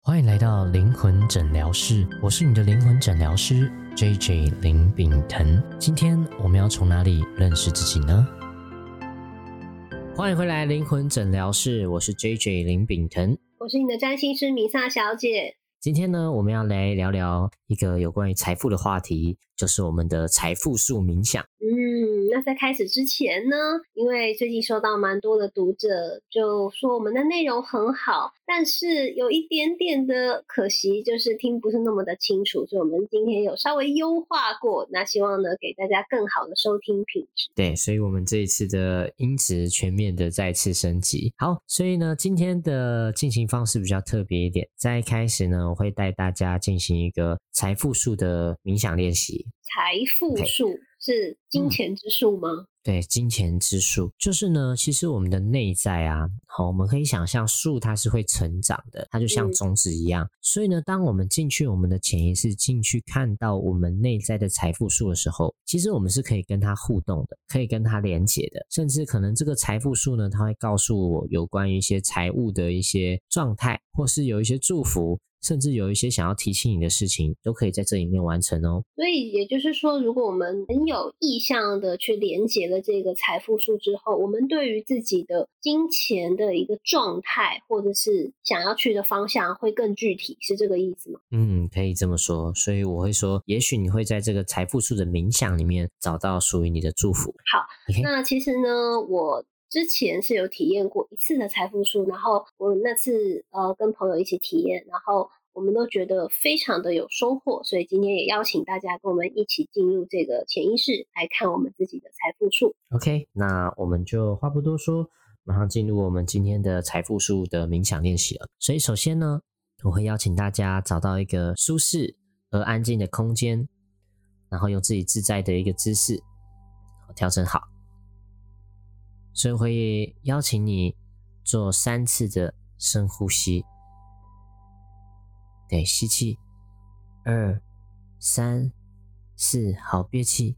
欢迎来到灵魂诊疗室，我是你的灵魂诊疗师 JJ 林炳腾。今天我们要从哪里认识自己呢？欢迎回来灵魂诊疗室，我是 JJ 林炳腾， 我是你的占星师米萨小姐。 今天呢，我们要来聊聊一个有关于财富的话题，就是我们的财富树冥想。 那在开始之前呢，因为最近收到蛮多的读者就说我们的内容很好，但是有一点点的可惜，就是听不是那么的清楚，所以我们今天有稍微优化过，那希望呢给大家更好的收听品质。 对，所以我们这一次的音质全面的再次升级。好，所以呢今天的进行方式比较特别一点，在一开始呢我会带大家进行一个财富树的冥想练习。 财富树是金钱之树吗？ 对，金钱之树就是呢，其实我们的内在啊，我们可以想象树它是会成长的，它就像种子一样。所以呢，当我们进去我们的潜意识进去看到我们内在的财富树的时候，其实我们是可以跟它互动的，可以跟它连结的，甚至可能这个财富树呢，它会告诉我有关于一些财务的一些状态，或是有一些祝福，甚至有一些想要提醒你的事情，都可以在这里面完成哦。 所以也就是说，如果我们很有意向的去连结了这个财富树之后，我们对于自己的金钱的一个状态，或者是想要去的方向会更具体，是这个意思吗？ 可以这么说。所以我会说，也许你会在这个财富树的冥想里面找到属于你的祝福。 好，那其实呢，我之前是有体验过一次的财富树，然后我那次跟朋友一起体验，然后我们都觉得非常的有收获，所以今天也邀请大家跟我们一起进入这个潜意识来看我们自己的财富树。 OK， 那我们就话不多说，马上进入我们今天的财富树的冥想练习了。所以首先呢，我会邀请大家找到一个舒适而安静的空间，然后用自己自在的一个姿势调整好。所以会邀请你做3次的深呼吸。对，吸气，2、3、4，好，憋气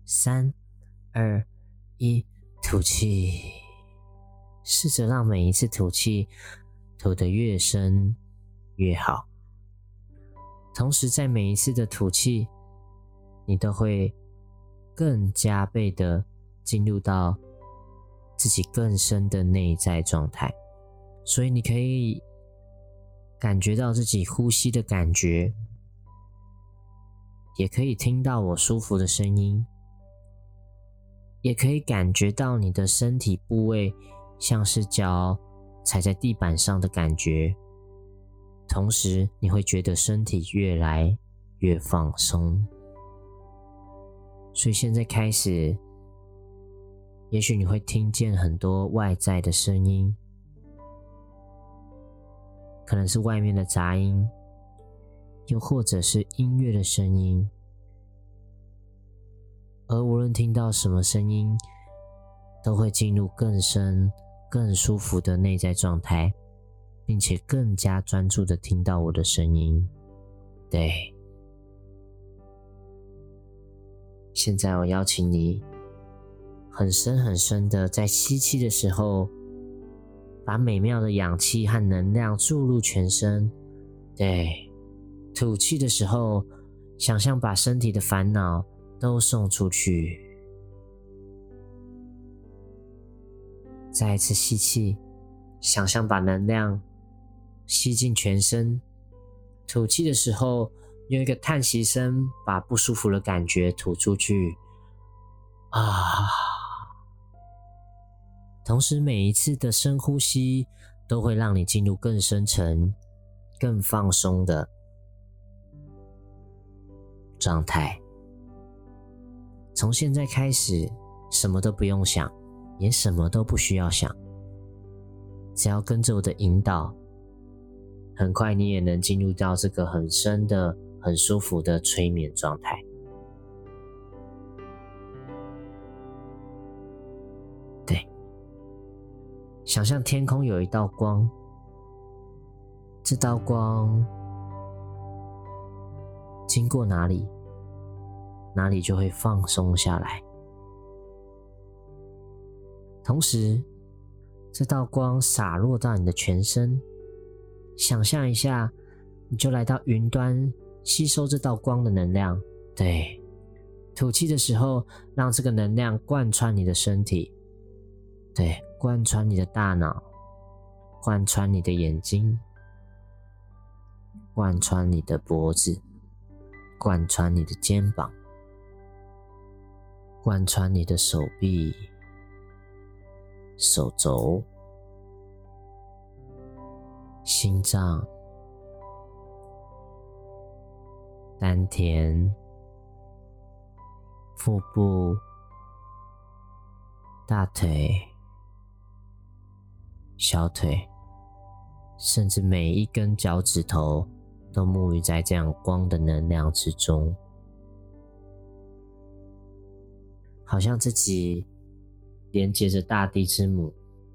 ，3、2、1，吐气。试着让每一次吐气吐得越深越好。同时在每一次的吐气，你都会更加倍的进入到自己更深的内在状态。所以你可以感觉到自己呼吸的感觉，也可以听到我舒服的声音，也可以感觉到你的身体部位像是脚踩在地板上的感觉，同时你会觉得身体越来越放松。所以现在开始，也许你会听见很多外在的声音，可能是外面的杂音，又或者是音乐的声音。而无论听到什么声音，都会进入更深更舒服的内在状态，并且更加专注的听到我的声音。对，现在我邀请你很深很深的在吸气的时候，把美妙的氧气和能量注入全身。对，吐气的时候，想象把身体的烦恼都送出去。再一次吸气，想象把能量吸进全身。吐气的时候，用一个叹息声把不舒服的感觉吐出去。同时每一次的深呼吸都会让你进入更深层更放松的状态。从现在开始，什么都不用想，也什么都不需要想，只要跟着我的引导，很快你也能进入到这个很深的很舒服的催眠状态。对，想象天空有一道光，这道光经过哪里，哪里就会放松下来。同时，这道光洒落到你的全身，想象一下， 你就来到云端，吸收这道光的能量。对，吐气的时候，让这个能量贯穿你的身体，对，贯穿你的大脑，贯穿你的眼睛，贯穿你的脖子，贯穿你的肩膀，贯穿你的手臂、手肘、心脏、丹田、腹部、大腿、小腿，甚至每一根脚趾头都沐浴在这样光的能量之中，好像自己连接着大地之母。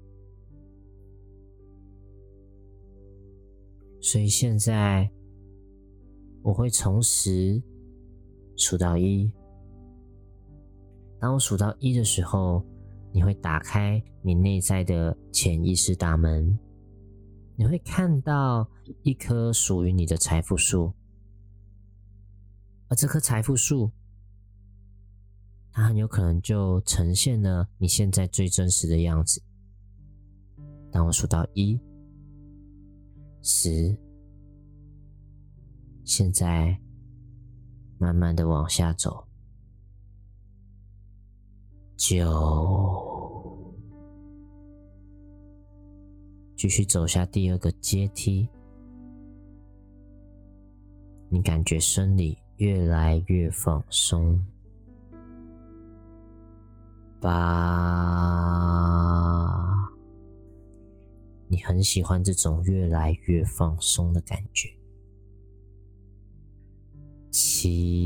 所以现在我会从10数到1，当我数到1的时候，你会打开你内在的潜意识大门，你会看到一棵属于你的财富树，而这棵财富树，它很有可能就呈现了你现在最真实的样子。当我数到1、10，现在慢慢的往下走，9，继续走下第2个阶梯，你感觉生理越来越放松，8，你很喜欢这种越来越放松的感觉，7，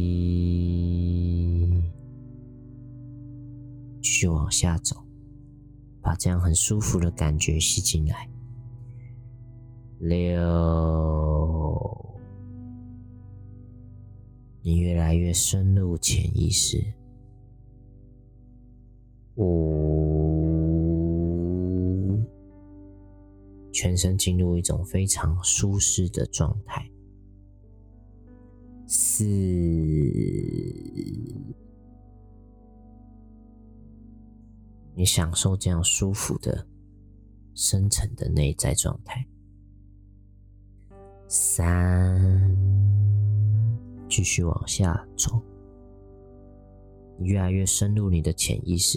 继续往下走，把这样很舒服的感觉吸进来，6，你越来越深入潜意识，5，全身进入一种非常舒适的状态，4，你享受这样舒服的深层的内在状态，3，继续往下走，你越来越深入你的潜意识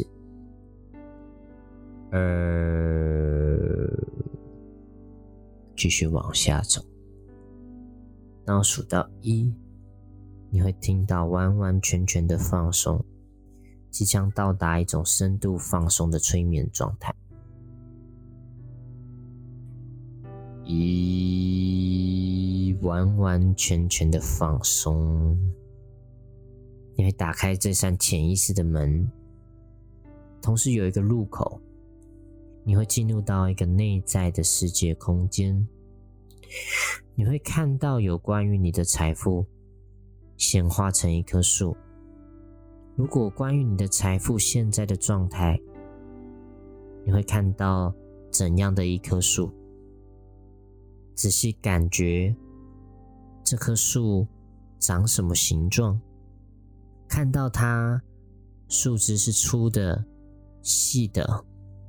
，2，继续往下走，当我数到1，你会听到完完全全的放松，即将到达一种深度放松的催眠状态。1，完完全全的放松，你会打开这扇潜意识的门，同时有一个入口，你会进入到一个内在的世界空间，你会看到有关于你的财富显化成一棵树。如果关于你的财富现在的状态，你会看到怎样的一棵树？仔细感觉这棵树长什么形状，看到它树枝是粗的、细的，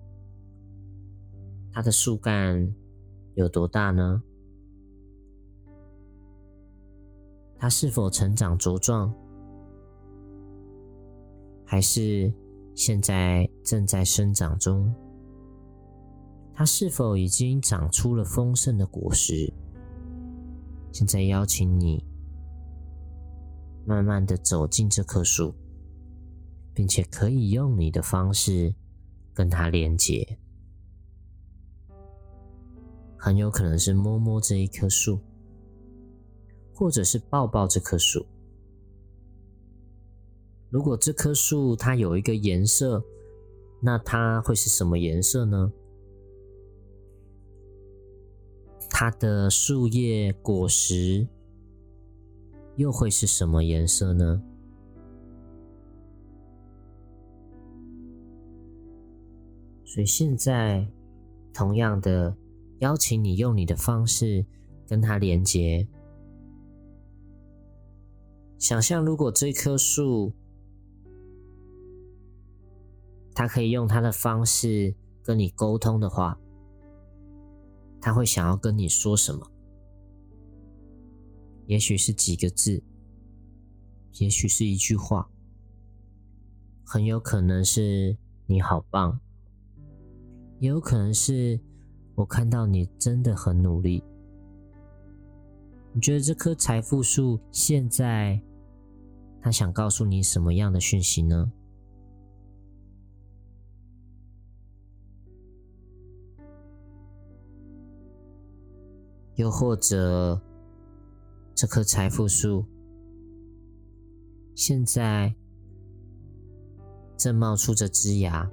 它的树干有多大呢？它是否成长茁壮，还是现在正在生长中？它是否已经长出了丰盛的果实？现在邀请你慢慢地走进这棵树，并且可以用你的方式跟它连结。很有可能是摸摸这一棵树，或者是抱抱这棵树。如果这棵树它有一个颜色，那它会是什么颜色呢？它的树叶、果实又会是什么颜色呢？所以现在同样的邀请你用你的方式跟它连结， 想象如果这棵树，它可以用它的方式跟你沟通的话，它会想要跟你说什么？也许是几个字，也许是一句话，很有可能是你好棒，也有可能是我看到你真的很努力。你觉得这棵财富树现在它想告诉你什么样的讯息呢？又或者这棵财富树现在正冒出着枝芽，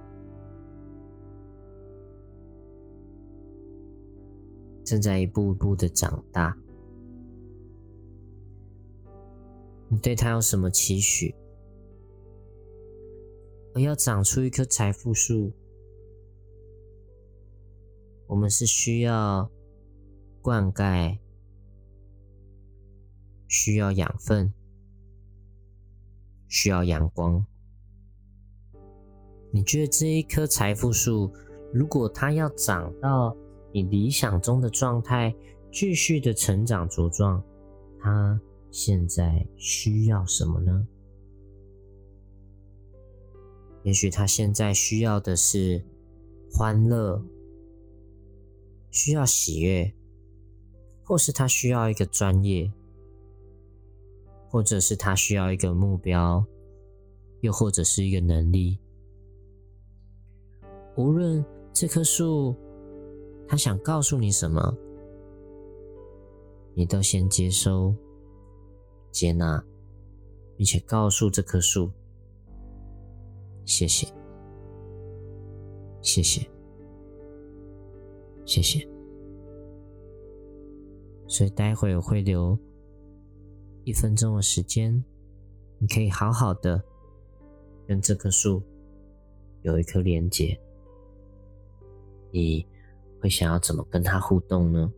正在一步一步的长大。你对它有什么期许？而要长出一棵财富树，我们是需要灌溉，需要养分，需要阳光。你觉得这一棵财富树，如果它要长到你理想中的状态，继续的成长茁壮，它现在需要什么呢？也许它现在需要的是欢乐，需要喜悦，或是它需要一个专业，或者是它需要一个目标，又或者是一个能力。无论这棵树它想告诉你什么，你都先接收、接纳，并且告诉这棵树谢谢，谢谢，谢谢。所以待会我会留1分钟的时间，你可以好好的跟这棵树有一颗连结。你会想要怎么跟它互动呢？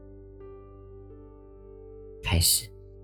开始。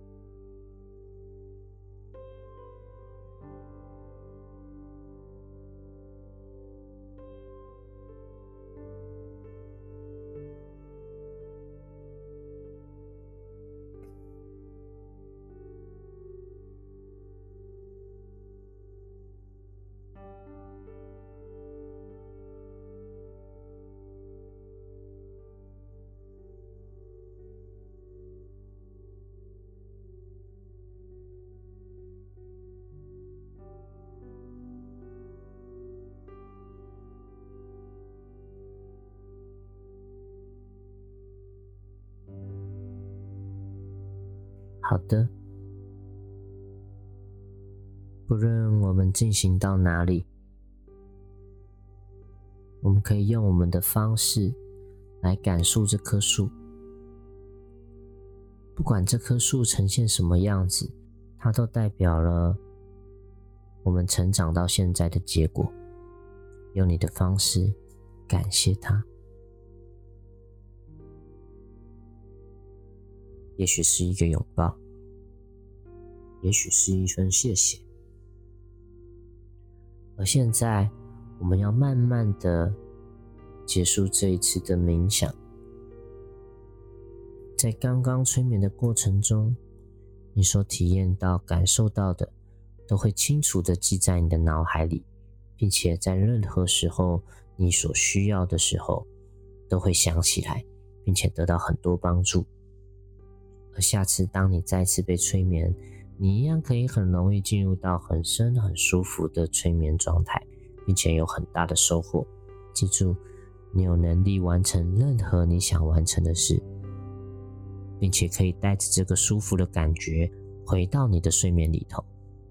好的，不论我们进行到哪里，我们可以用我们的方式来感受这棵树。不管这棵树呈现什么样子，它都代表了我们成长到现在的结果。用你的方式感谢它。也许是一个拥抱，也许是一份谢谢。而现在，我们要慢慢的结束这一次的冥想。在刚刚催眠的过程中，你所体验到、感受到的，都会清楚的记在你的脑海里，并且在任何时候你所需要的时候，都会想起来，并且得到很多帮助。而下次当你再次被催眠，你一样可以很容易进入到很深很舒服的催眠状态，并且有很大的收获。记住，你有能力完成任何你想完成的事，并且可以带着这个舒服的感觉回到你的睡眠里头。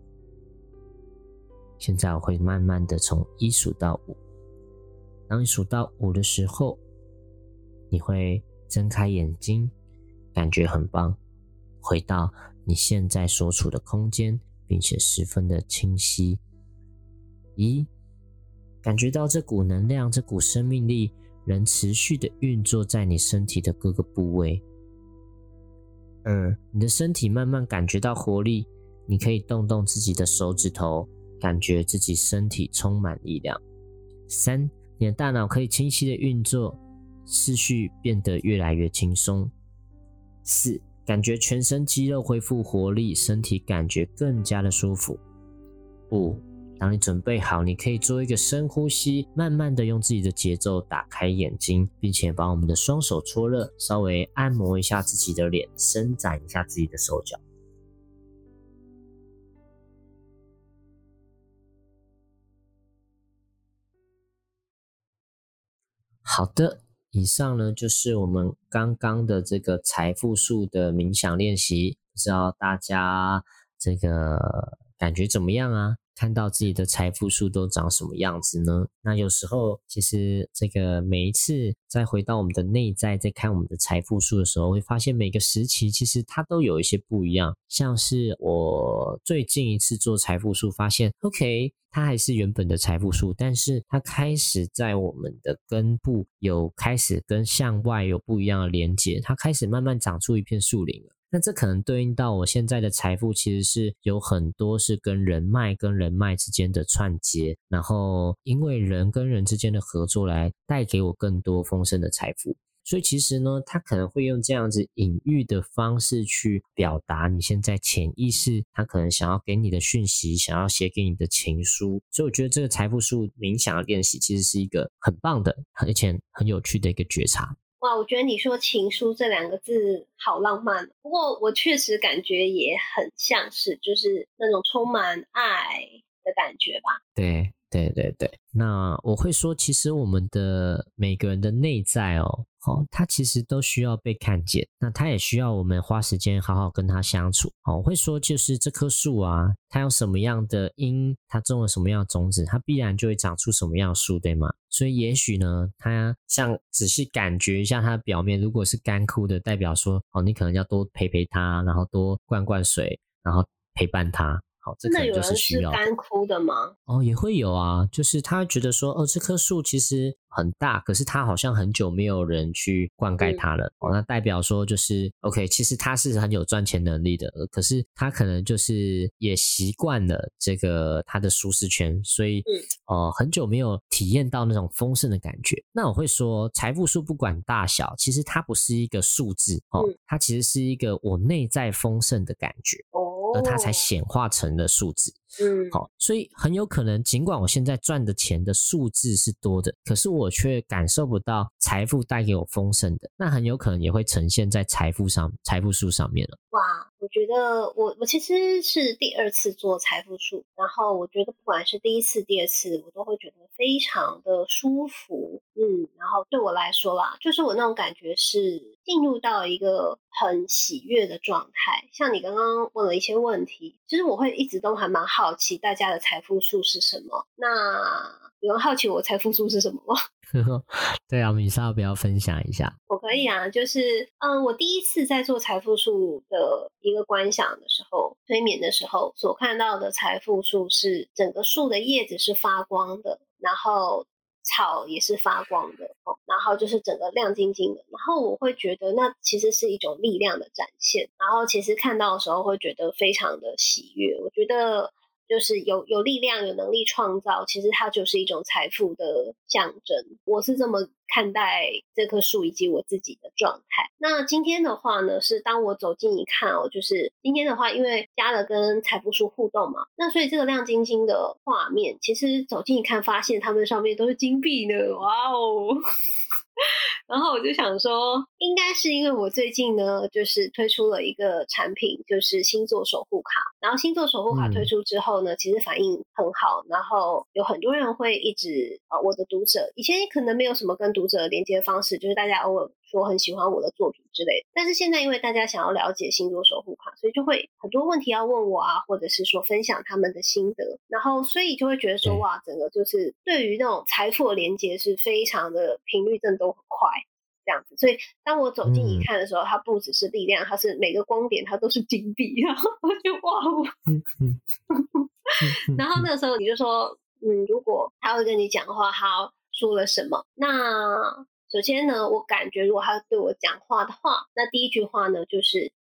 现在我会慢慢的从1数到5，当你数到5的时候，你会睁开眼睛，感觉很棒，回到你现在所处的空间，并且十分的清晰。1，感觉到这股能量，这股生命力仍持续的运作在你身体的各个部位。 你的身体慢慢感觉到活力，你可以动动自己的手指头，感觉自己身体充满力量。3，你的大脑可以清晰的运作，思绪变得越来越轻松。4，感觉全身肌肉恢复活力，身体感觉更加的舒服。5，当你准备好，你可以做一个深呼吸，慢慢的用自己的节奏打开眼睛，并且把我们的双手搓热，稍微按摩一下自己的脸，伸展一下自己的手脚。好的，以上呢就是我们刚刚的这个财富树的冥想练习，不知道大家这个感觉怎么样啊？看到自己的财富树都长什么样子呢？那有时候其实这个每一次再回到我们的内在，在看我们的财富树的时候，会发现每个时期其实它都有一些不一样。像是我最近一次做财富树，发现 OK， 它还是原本的财富树，但是它开始在我们的根部有开始跟向外有不一样的连接，它开始慢慢长出一片树林了。那这可能对应到我现在的财富，其实是有很多是跟人脉之间的串接，然后因为人跟人之间的合作来带给我更多丰盛的财富。所以其实呢，他可能会用这样子隐喻的方式去表达你现在潜意识他可能想要给你的讯息，想要写给你的情书。所以我觉得这个财富树冥想的练习其实是一个很棒的而且很有趣的一个觉察。 哇，我觉得你说情书这2个字好浪漫，不过我确实感觉也很像是就是那种充满爱的感觉吧。 对，那我会说其实我们的每个人的内在它其实都需要被看见，那它也需要我们花时间好好跟它相处。我会说就是这棵树啊，它有什么样的因，它种了什么样的种子，它必然就会长出什么样的树，对吗？所以也许呢，它像仔细感觉一下它的表面，如果是干枯的，代表说你可能要多陪陪它，然后多灌水，然后陪伴它。好，这可能就是需要的。 真的有人是干枯的吗？ 也会有啊，就是他会觉得说，这棵树其实很大，可是它好像很久没有人去灌溉它了。那代表说就是 OK， 其实它是很有赚钱能力的，可是它可能就是也习惯了这个它的舒适圈，所以很久没有体验到那种丰盛的感觉。那我会说，财富树不管大小，其实它不是一个数字它其实是一个我内在丰盛的感觉。而它才显化成了数字。好，所以很有可能尽管我现在赚的钱的数字是多的，可是我却感受不到财富带给我丰盛的，那很有可能也会呈现在财富树上面了。 哇，我觉得我其实是第2次做财富树，然后我觉得不管是第1次、第2次，我都会觉得非常的舒服。然后对我来说啦，就是我那种感觉是进入到一个很喜悦的状态。像你刚刚问了一些问题，其实我会一直都还蛮好奇大家的财富树是什么。那有人好奇我财富树是什么吗？ 对啊，米莎要不要分享一下？ 我可以啊，就是我第1次在做财富树的一个观想的时候，催眠的时候所看到的财富树是整个树的叶子是发光的，然后草也是发光的然后就是整个亮晶晶的，然后我会觉得那其实是一种力量的展现，然后其实看到的时候会觉得非常的喜悦。我觉得就是有力量有能力创造，其实它就是一种财富的象征。我是这么看待这棵树以及我自己的状态。那今天的话呢，是当我走近一看就是今天的话因为加了跟财富树互动嘛，那所以这个亮晶晶的画面其实走近一看发现它们上面都是金币呢。哇哦然后我就想说应该是因为我最近呢就是推出了一个产品，就是星座守护卡，然后星座守护卡推出之后呢其实反应很好，然后有很多人会一直我的读者以前可能没有什么跟读者的连接方式，就是大家偶尔说很喜欢我的作品之类的，但是现在因为大家想要了解星座守护卡，所以就会很多问题要问我啊，或者是说分享他们的心得，然后所以就会觉得说哇，整个就是对于那种财富的连接是非常的频率震动很快这样子。所以当我走近一看的时候，它不只是力量，它是每个光点它都是金币，然后我就哇然后那个时候你就说如果他会跟你讲话，他说了什么。那首先呢，我感觉如果他对我讲话的话，那第一句话呢就是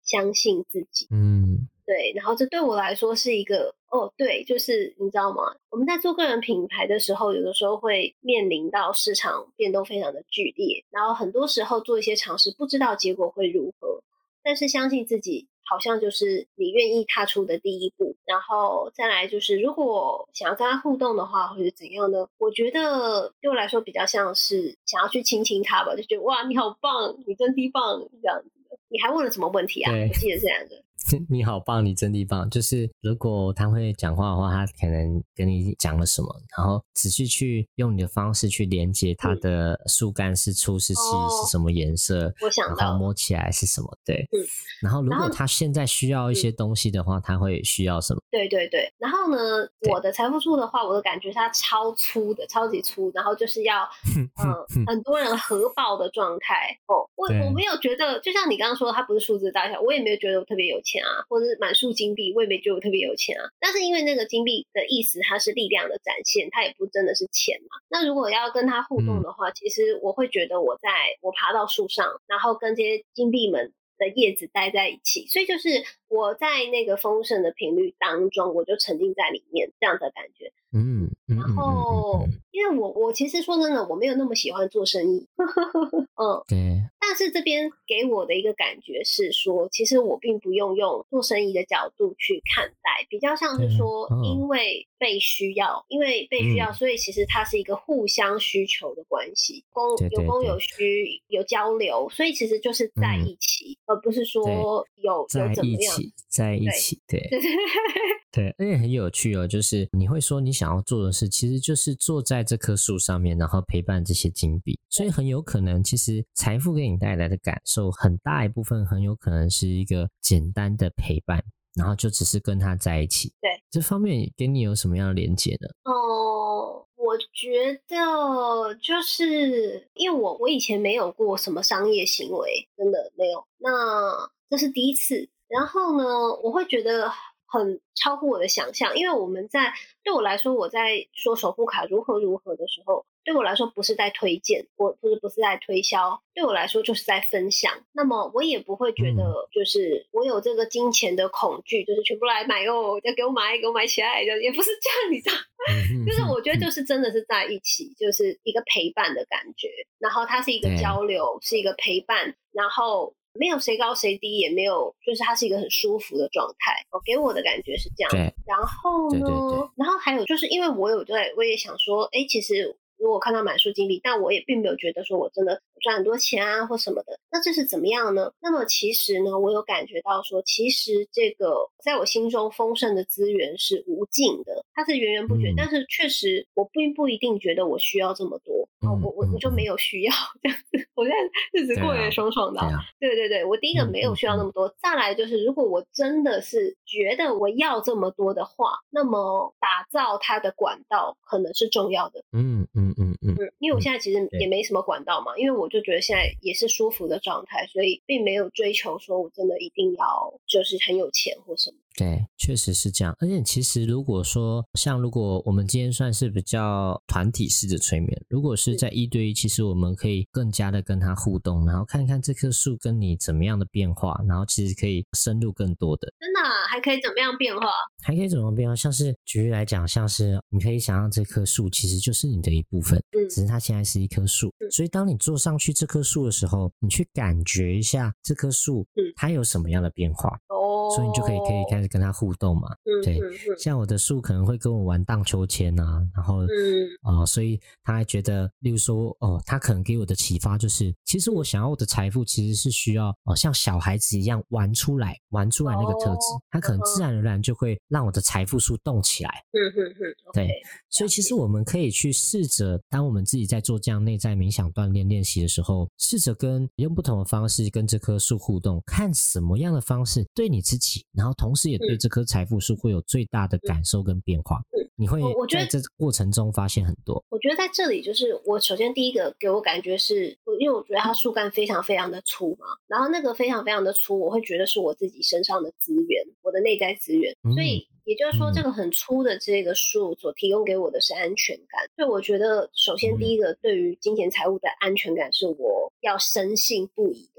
相信自己。对，然后这对我来说是一个对，就是你知道吗？我们在做个人品牌的时候，有的时候会面临到市场变动非常的剧烈，然后很多时候做一些尝试，不知道结果会如何，但是相信自己好像就是你愿意踏出的第一步。然后再来就是，如果想要跟他互动的话，或者怎样呢？我觉得对我来说比较像是想要去亲亲他吧，就觉得哇，你好棒，你真的棒，这样子的。你还问了什么问题啊？我记得这两个。 你好棒，你真的棒。就是如果他会讲话的话，他可能跟你讲了什么，然后仔细去用你的方式去连接它的树干是粗是细是什么颜色， 我想到然后摸起来是什么，对。然后如果他现在需要一些东西的话，他会需要什么？ 对对对。然后呢，我的财富树的话，我的感觉它超粗的，超级粗，然后就是要很多人合抱的状态。我没有觉得，就像你刚刚说，它不是数字大小，我也没有觉得我特别有钱啊，或者是满树金币，我也没觉得我特别有钱啊。但是因为那个金币的意思，它是力量的展现，它也不真的是钱嘛。那如果要跟它互动的话，其实我会觉得我爬到树上，然后跟这些金币们的叶子待在一起，所以就是我在那个丰盛的频率当中，我就沉浸在里面，这样的感觉。然后因为我其实说真的，我没有那么喜欢做生意。 对。 但是这边给我的一个感觉是说，其实我并不用做生意的角度去看待，比较像是说，因为被需要，所以其实它是一个互相需求的关系，有供有需有交流，所以其实就是在一起，而不是说有怎么样在一起，对。对，而且很有趣哦，就是你会说你想要做的事，其实就是坐在这棵树上面，然后陪伴这些金币，所以很有可能，其实财富给你带来的感受，很大一部分很有可能是一个简单的陪伴，然后就只是跟他在一起。 对， 这方面跟你有什么样的连结呢？ 我觉得就是因为我以前没有过什么商业行为，真的没有，那这是第一次。然后呢，我会觉得很超乎我的想象，因为对我来说，我在说首付卡如何的时候，对我来说不是在推荐，或者不是在推销，对我来说就是在分享。那么我也不会觉得就是我有这个金钱的恐惧，就是全部来买要给我买起来，也不是这样，你知道。就是我觉得就是真的是在一起，就是一个陪伴的感觉，然后它是一个交流，是一个陪伴，然后没有谁高谁低，也没有，就是它是一个很舒服的状态。给我的感觉是这样。然后呢，然后还有就是因为我也想说，其实如果看到满树金币，但我也并没有觉得说我真的赚很多钱啊或什么的，那这是怎么样呢？那么其实呢，我有感觉到说，其实这个在我心中丰盛的资源是无尽的，它是源源不绝，但是确实我并不一定觉得我需要这么多。我就没有需要这样子，我现在日子过得也爽爽的。对对对，我第一个没有需要那么多，再来就是如果我真的是觉得我要这么多的话，那么打造它的管道可能是重要的。因为我现在其实也没什么管道嘛，因为我就觉得现在也是舒服的状态，所以并没有追求说我真的一定要就是很有钱或什么。 对，确实是这样。而且其实如果我们今天算是比较团体式的催眠，如果是在1对1，其实我们可以更加的跟他互动，然后看看这棵树跟你怎么样的变化，然后其实可以深入更多的。 真的还可以怎么样变化？ 还可以怎么变化？像是举例来讲，像是你可以想象这棵树其实就是你的一部分，只是它现在是一棵树，所以当你坐上去这棵树的时候，你去感觉一下这棵树它有什么样的变化。所以你就可以开始跟他互动嘛。对，像我的树可能会跟我玩荡秋千啊，然后所以他还觉得，例如说他可能给我的启发就是，其实我想要我的财富其实是需要像小孩子一样玩出来那个特质，他可能自然而然就会让我的财富树动起来。对，所以其实我们可以去试着，当我们自己在做这样内在冥想锻炼练习的时候，试着用不同的方式跟这棵树互动，看什么样的方式对你自己，然后同时也对这棵财富树会有最大的感受跟变化。你会在这过程中发现很多。 我觉得在这里就是我首先第一个给我感觉是，因为我觉得它树干非常非常的粗嘛，然后那个非常非常的粗，我会觉得是我自己身上的资源，我的内在资源，所以也就是说这个很粗的这个树所提供给我的是安全感。所以我觉得首先第一个对于金钱财务的安全感是我要深信不疑的。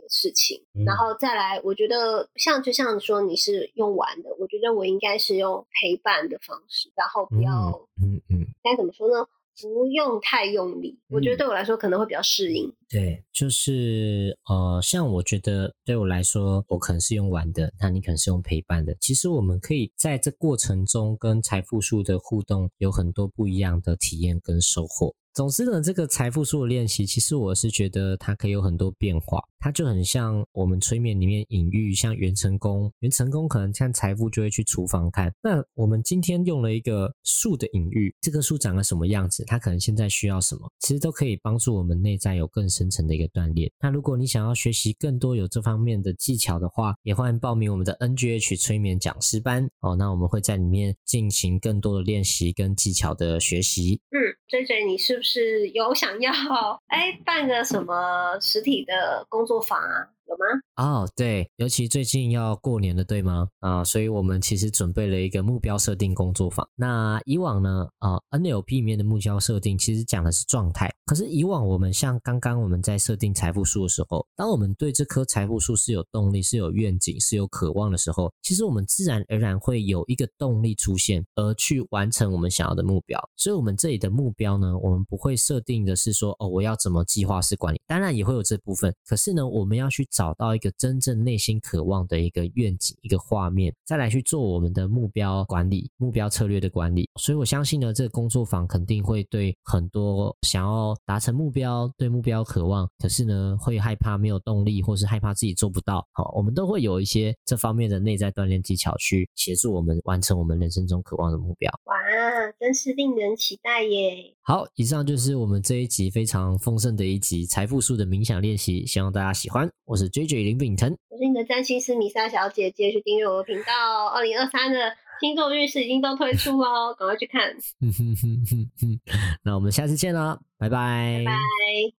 事情。然后再来，我觉得就像你说你是用玩的，我觉得我应该是用陪伴的方式，然后不要该怎么说呢？不用太用力，我觉得对我来说可能会比较适应。 对，就是像我觉得对我来说，我可能是用玩的，那你可能是用陪伴的。其实我们可以在这过程中跟财富树的互动有很多不一样的体验跟收获。总之呢，这个财富树的练习，其实我是觉得它可以有很多变化，它就很像我们催眠里面隐喻，像元成功可能看财富就会去厨房看。那我们今天用了一个树的隐喻，这棵树长了什么样子，它可能现在需要什么，其实都可以帮助我们内在有更深层的一个锻炼。那如果你想要学习更多有这方面的技巧的话，也欢迎报名我们的 NGH 催眠讲师班那我们会在里面进行更多的练习跟技巧的学习。 JJ 你是不是有想要办个什么实体的工作坊啊？有吗？ 对，尤其最近要过年了，对吗？所以我们其实准备了一个目标设定工作坊。那以往呢NLP 里面的目标设定其实讲的是状态，可是以往我们像刚刚我们在设定财富树的时候，当我们对这棵财富树是有动力、是有愿景、是有渴望的时候，其实我们自然而然会有一个动力出现，而去完成我们想要的目标。所以我们这里的目标呢，我们不会设定的是说我要怎么计划式管理，当然也会有这部分，可是呢我们要去找到一个真正内心渴望的一个愿景、一个画面，再来去做我们的目标管理、目标策略的管理。所以我相信呢，这个工作坊肯定会对很多想要达成目标、对目标渴望，可是呢会害怕没有动力，或是害怕自己做不到，我们都会有一些这方面的内在锻炼技巧去协助我们完成我们人生中渴望的目标。 哇，真是令人期待耶！ 好，以上就是我们这一集非常丰盛的一集财富树的冥想练习，希望大家喜欢。我是 JJ 林炳腾， 我是你的占星师米莎小姐，记得去订阅我的频道。2023的星座运势已经都推出哦，赶快去看。 那我们下次见啦，拜拜。 拜拜。